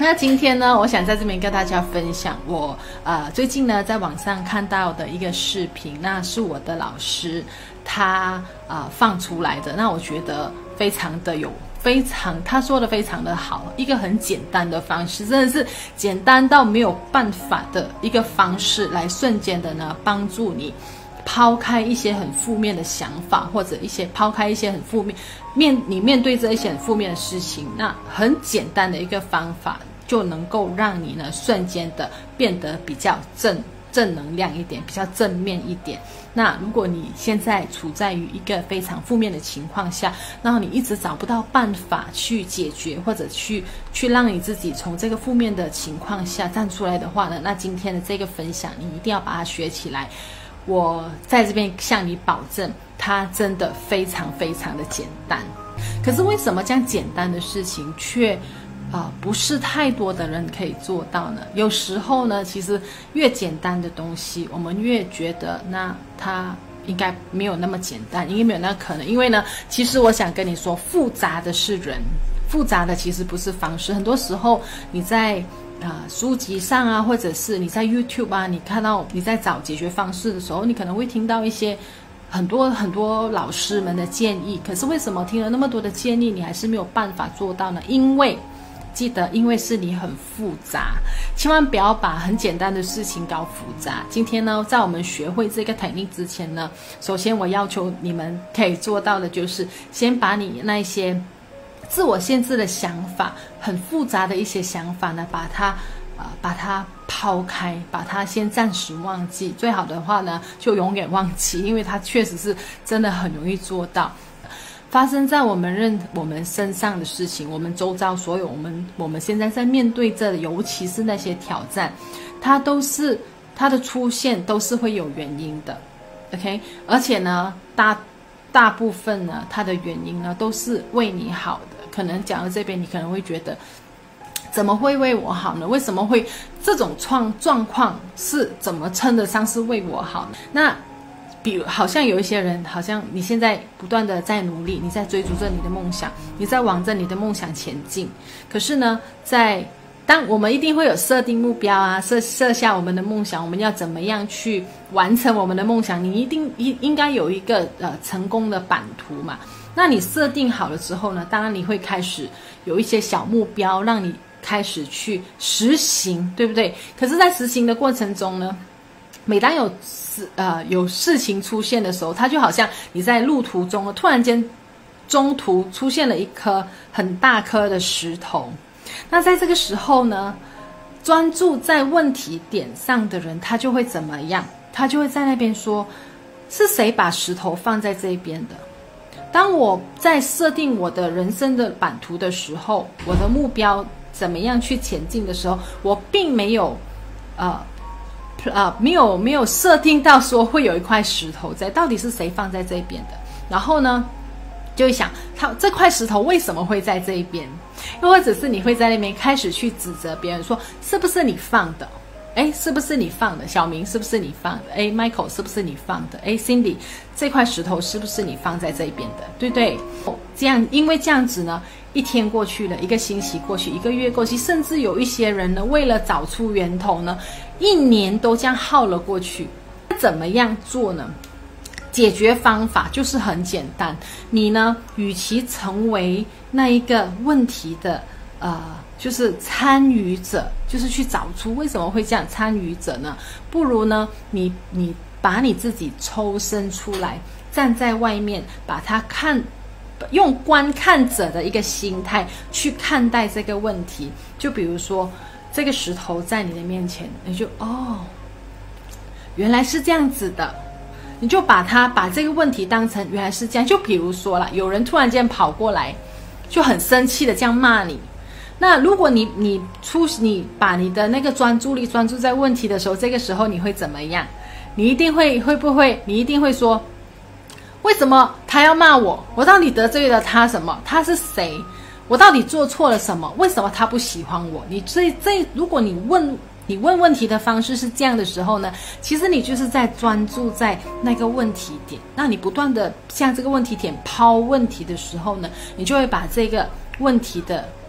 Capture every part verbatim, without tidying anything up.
那今天呢，我想在这边跟大家分享我呃最近呢在网上看到的一个视频，那是我的老师他呃放出来的，那我觉得非常的有非常他说的非常的好，一个很简单的方式，真的是简单到没有办法的一个方式，来瞬间的呢帮助你抛开一些很负面的想法，或者一些抛开一些很负面面你面对这一些很负面的事情，那很简单的一个方法就能够让你呢瞬间的变得比较正正能量一点，比较正面一点。那如果你现在处在于一个非常负面的情况下，然后你一直找不到办法去解决，或者去去让你自己从这个负面的情况下站出来的话呢，那今天的这个分享你一定要把它学起来。我在这边向你保证，它真的非常非常的简单。可是为什么这样简单的事情却呃，不是太多的人可以做到呢？有时候呢，其实越简单的东西，我们越觉得那它应该没有那么简单，应该没有那可能。因为呢，其实我想跟你说，复杂的是人，复杂的其实不是方式。很多时候你在啊、呃，书籍上啊，或者是你在 YouTube 啊，你看到你在找解决方式的时候，你可能会听到一些很多很多老师们的建议。可是为什么听了那么多的建议，你还是没有办法做到呢？因为记得，因为是你很复杂，千万不要把很简单的事情搞复杂。今天呢，在我们学会这个 technique 之前呢，首先我要求你们可以做到的就是，先把你那些自我限制的想法，很复杂的一些想法呢，把它呃把它抛开，把它先暂时忘记。最好的话呢，就永远忘记，因为它确实是真的很容易做到。发生在我们任我们身上的事情，我们周遭所有我们我们现在在面对着的，尤其是那些挑战，它都是它的出现都是会有原因的 ，OK？ 而且呢，大大部分呢，它的原因呢都是为你好的。可能讲到这边，你可能会觉得，怎么会为我好呢？为什么会这种状状况是怎么称得上是为我好呢？那比如好像有一些人，好像你现在不断的在努力，你在追逐着你的梦想，你在往着你的梦想前进。可是呢，在当我们一定会有设定目标啊，设设下我们的梦想，我们要怎么样去完成我们的梦想？你一定应应该有一个呃成功的版图嘛。那你设定好了之后呢，当然你会开始有一些小目标，让你开始去实行，对不对？可是，在实行的过程中呢，每当有事呃有事情出现的时候，它就好像你在路途中突然间中途出现了一颗很大颗的石头。那在这个时候呢，专注在问题点上的人，他就会怎么样？他就会在那边说：是谁把石头放在这边的？当我在设定我的人生的版图的时候，我的目标怎么样去前进的时候，我并没有呃呃没有没有设定到说会有一块石头在，到底是谁放在这边的？然后呢，就会想，他这块石头为什么会在这一边？又或者是你会在那边开始去指责别人说，是不是你放的？哎，是不是你放的？小明，是不是你放的？哎 ，Michael， 是不是你放的？哎 ，Cindy， 这块石头是不是你放在这边的？对不对？这样，因为这样子呢，一天过去了，一个星期过去，一个月过去，甚至有一些人呢，为了找出源头呢，一年都这样耗了过去。怎么样做呢？解决方法就是很简单，你呢，与其成为那一个问题的呃。就是参与者，就是去找出为什么会这样参与者呢？不如呢，你你把你自己抽身出来，站在外面，把它看，用观看者的一个心态去看待这个问题。就比如说，这个石头在你的面前，你就哦，原来是这样子的，你就把它把这个问题当成原来是这样。就比如说啦，有人突然间跑过来，就很生气的这样骂你。那如果你你出你把你的那个专注力专注在问题的时候，这个时候你会怎么样？你一定会会不会？你一定会说，为什么他要骂我？我到底得罪了他什么？他是谁？我到底做错了什么？为什么他不喜欢我？你这这，如果你问你问问题的方式是这样的时候呢，其实你就是在专注在那个问题点。那你不断的向这个问题点抛问题的时候呢，你就会把这个问题的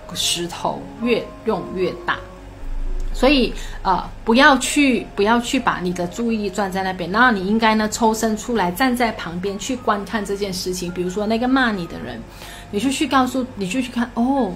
石头越用越大。所以呃，不要去不要去把你的注意力转在那边，然后你应该呢抽身出来，站在旁边去观看这件事情。比如说那个骂你的人，你就去告诉你就去看，哦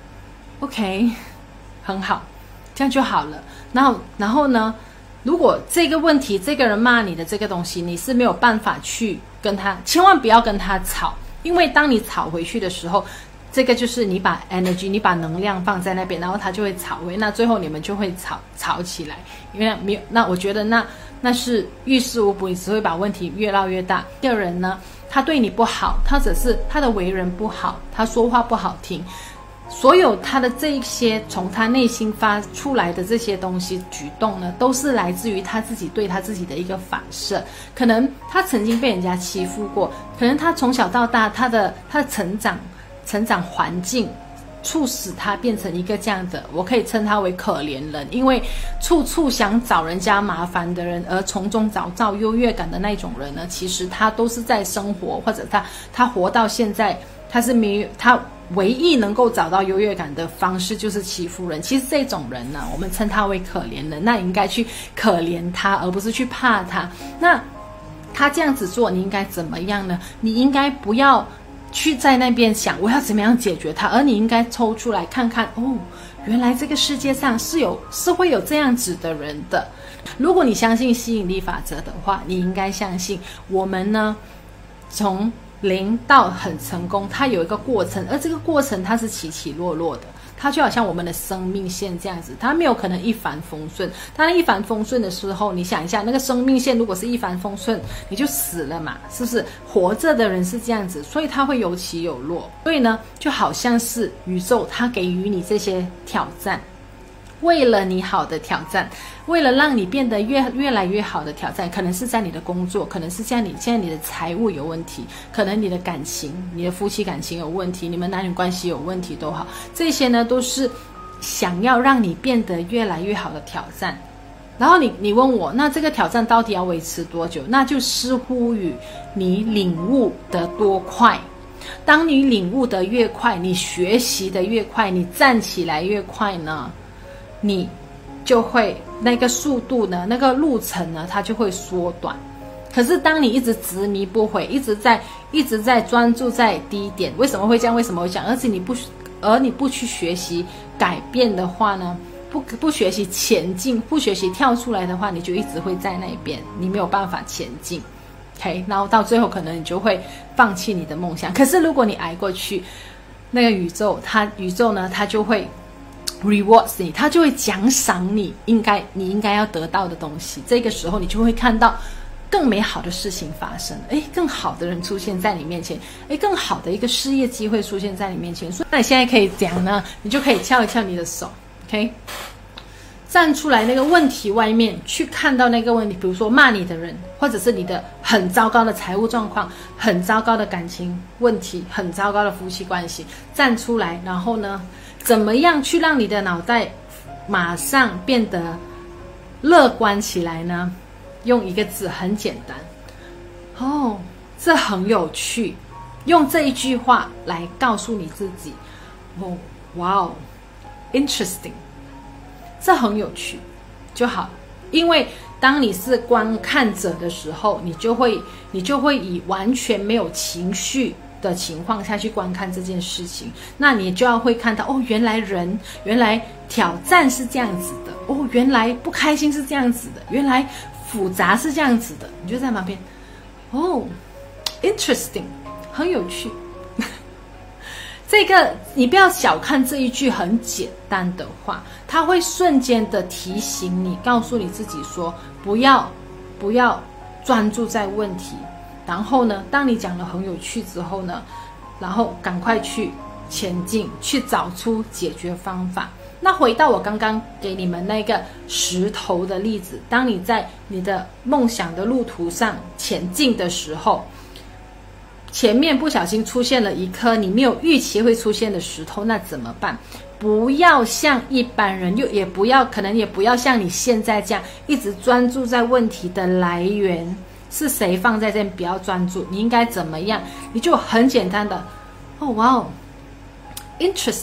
OK 很好，这样就好了。然后然后呢，如果这个问题这个人骂你的这个东西你是没有办法去跟他，千万不要跟他吵，因为当你吵回去的时候，这个就是你把 energy 你把能量放在那边，然后他就会吵回，那最后你们就会吵吵起来。因为没有，那我觉得那那是于事无补，你只会把问题越闹越大。第二人呢，他对你不好，他只是他的为人不好，他说话不好听，所有他的这一些从他内心发出来的这些东西举动呢，都是来自于他自己对他自己的一个反射。可能他曾经被人家欺负过，可能他从小到大他的他的成长成长环境促使他变成一个这样的，我可以称他为可怜人，因为处处想找人家麻烦的人，而从中找到优越感的那种人呢，其实他都是在生活，或者他他活到现在，他是没有，他唯一能够找到优越感的方式就是欺负人。其实这种人呢，我们称他为可怜人，那应该去可怜他，而不是去怕他。那他这样子做，你应该怎么样呢？你应该不要去在那边想我要怎么样解决它，而你应该抽出来看看，哦，原来这个世界上是有是会有这样子的人的。如果你相信吸引力法则的话，你应该相信我们呢从零到很成功，它有一个过程，而这个过程它是起起落落的，它就好像我们的生命线这样子，它没有可能一帆风顺。当一帆风顺的时候，你想一下，那个生命线如果是一帆风顺，你就死了嘛，是不是？活着的人是这样子，所以它会有起有落。所以呢，就好像是宇宙它给予你这些挑战，为了你好的挑战，为了让你变得越越来越好的挑战，可能是在你的工作，可能是在你现在你的财务有问题，可能你的感情，你的夫妻感情有问题，你们男女关系有问题都好，这些呢都是想要让你变得越来越好的挑战。然后你你问我，那这个挑战到底要维持多久？那就视乎于你领悟得多快。当你领悟得越快，你学习得越快，你站起来越快呢，你就会那个速度呢，那个路程呢，它就会缩短。可是当你一直执迷不悔，一直在一直在专注在低点，为什么会这样？为什么会这样？而且你不而你不去学习改变的话呢，不不学习前进，不学习跳出来的话，你就一直会在那边，你没有办法前进。OK， 然后到最后可能你就会放弃你的梦想。可是如果你挨过去，那个宇宙，它宇宙呢，它就会rewards 你，他就会奖赏你应该你应该要得到的东西。这个时候你就会看到更美好的事情发生，诶，更好的人出现在你面前，诶，更好的一个事业机会出现在你面前。所以那你现在可以怎样呢？你就可以翘一翘你的手 OK， 站出来那个问题外面去看到那个问题，比如说骂你的人，或者是你的很糟糕的财务状况，很糟糕的感情问题，很糟糕的夫妻关系，站出来，然后呢怎么样去让你的脑袋马上变得乐观起来呢？用一个字，很简单。哦，这很有趣。用这一句话来告诉你自己，哦，哇哦 ，interesting， 这很有趣就好。因为当你是观看者的时候，你就会你就会以完全没有情绪的情况下去观看这件事情，那你就要会看到，哦，原来人原来挑战是这样子的，哦，原来不开心是这样子的，原来复杂是这样子的，你就在旁边，哦 interesting， 很有趣。这个你不要小看这一句很简单的话，它会瞬间的提醒你，告诉你自己说，不要不要专注在问题。然后呢，当你讲得很有趣之后呢，然后赶快去前进，去找出解决方法。那回到我刚刚给你们那个石头的例子，当你在你的梦想的路途上前进的时候，前面不小心出现了一颗你没有预期会出现的石头，那怎么办？不要像一般人，又也不要可能也不要像你现在这样一直专注在问题的来源是谁放在这边，不要专注。你应该怎么样？你就很简单的，哦哇哦 ，interesting，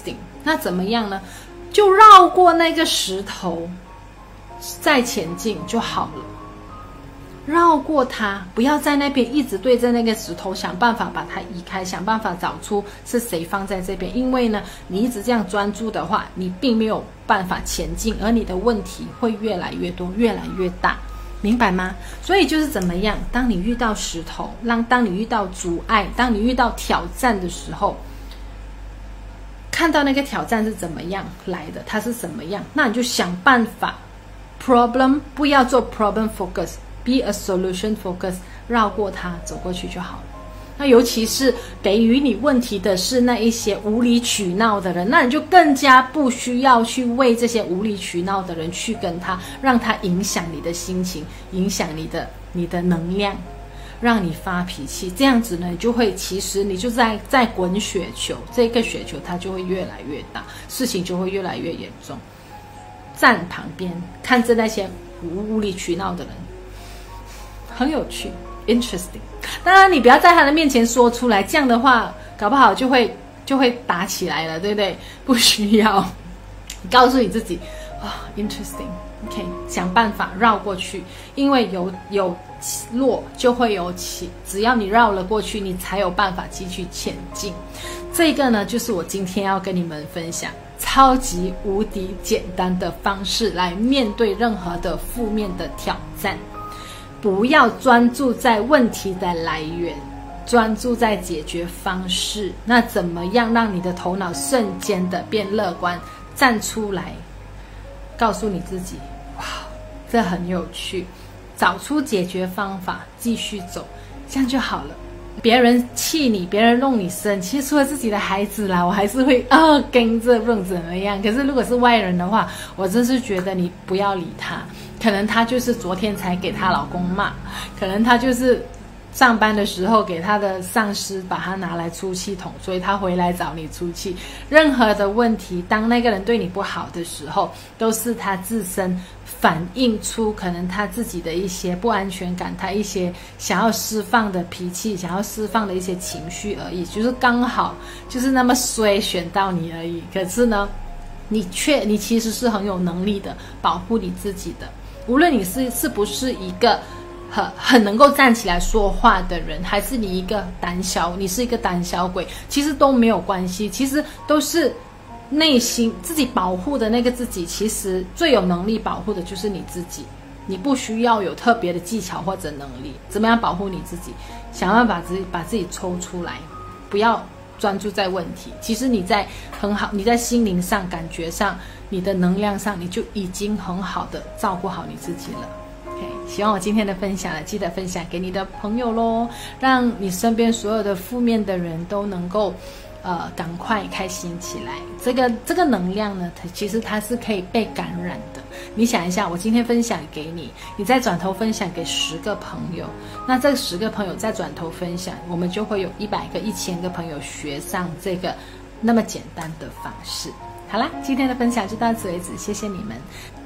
那怎么样呢？就绕过那个石头再前进就好了，绕过它，不要在那边一直对着那个石头想办法把它移开，想办法找出是谁放在这边。因为呢，你一直这样专注的话，你并没有办法前进，而你的问题会越来越多，越来越大，明白吗？所以就是怎么样，当你遇到石头，让当你遇到阻碍，当你遇到挑战的时候，看到那个挑战是怎么样来的，它是什么样，那你就想办法 problem 不要做 problem focus， be a solution focus， 绕过它走过去就好了。那尤其是给予你问题的是那一些无理取闹的人，那你就更加不需要去为这些无理取闹的人去跟他，让他影响你的心情，影响你的你的能量，让你发脾气。这样子呢，你就会其实你就在在滚雪球，这个雪球它就会越来越大，事情就会越来越严重。站旁边看着那些无理取闹的人，很有趣 ，interesting。当然，你不要在他的面前说出来，这样的话，搞不好就会就会打起来了，对不对？不需要，告诉你自己啊、哦、，interesting，OK， 想办法绕过去，因为有有落就会有起，只要你绕了过去，你才有办法继续前进。这个呢，就是我今天要跟你们分享超级无敌简单的方式来面对任何的负面的挑战。不要专注在问题的来源，专注在解决方式。那怎么样让你的头脑瞬间的变乐观，站出来告诉你自己，哇，这很有趣，找出解决方法，继续走，这样就好了。别人气你，别人弄你生气，除了自己的孩子啦，我还是会啊跟着不怎么样。可是如果是外人的话，我真是觉得你不要理他。可能她就是昨天才给她老公骂，可能她就是上班的时候给她的上司把她拿来出气筒，所以她回来找你出气。任何的问题，当那个人对你不好的时候，都是他自身反映出可能他自己的一些不安全感，他一些想要释放的脾气，想要释放的一些情绪而已，就是刚好就是那么衰选到你而已。可是呢，你却你其实是很有能力的保护你自己的。无论你是是不是一个很很能够站起来说话的人，还是你一个胆小，你是一个胆小鬼，其实都没有关系。其实都是内心自己保护的那个自己，其实最有能力保护的就是你自己。你不需要有特别的技巧或者能力，怎么样保护你自己？想办法把自己把自己抽出来，不要专注在问题。其实你在很好，你在心灵上、感觉上、你的能量上，你就已经很好的照顾好你自己了。OK， 希望我今天的分享呢，记得分享给你的朋友咯，让你身边所有的负面的人都能够呃赶快开心起来。这个这个能量呢，它其实它是可以被感染的。你想一下，我今天分享给你，你再转头分享给十个朋友，那这十个朋友再转头分享，我们就会有一百个、一千个朋友学上这个那么简单的方式。好啦，今天的分享就到此为止，谢谢你们。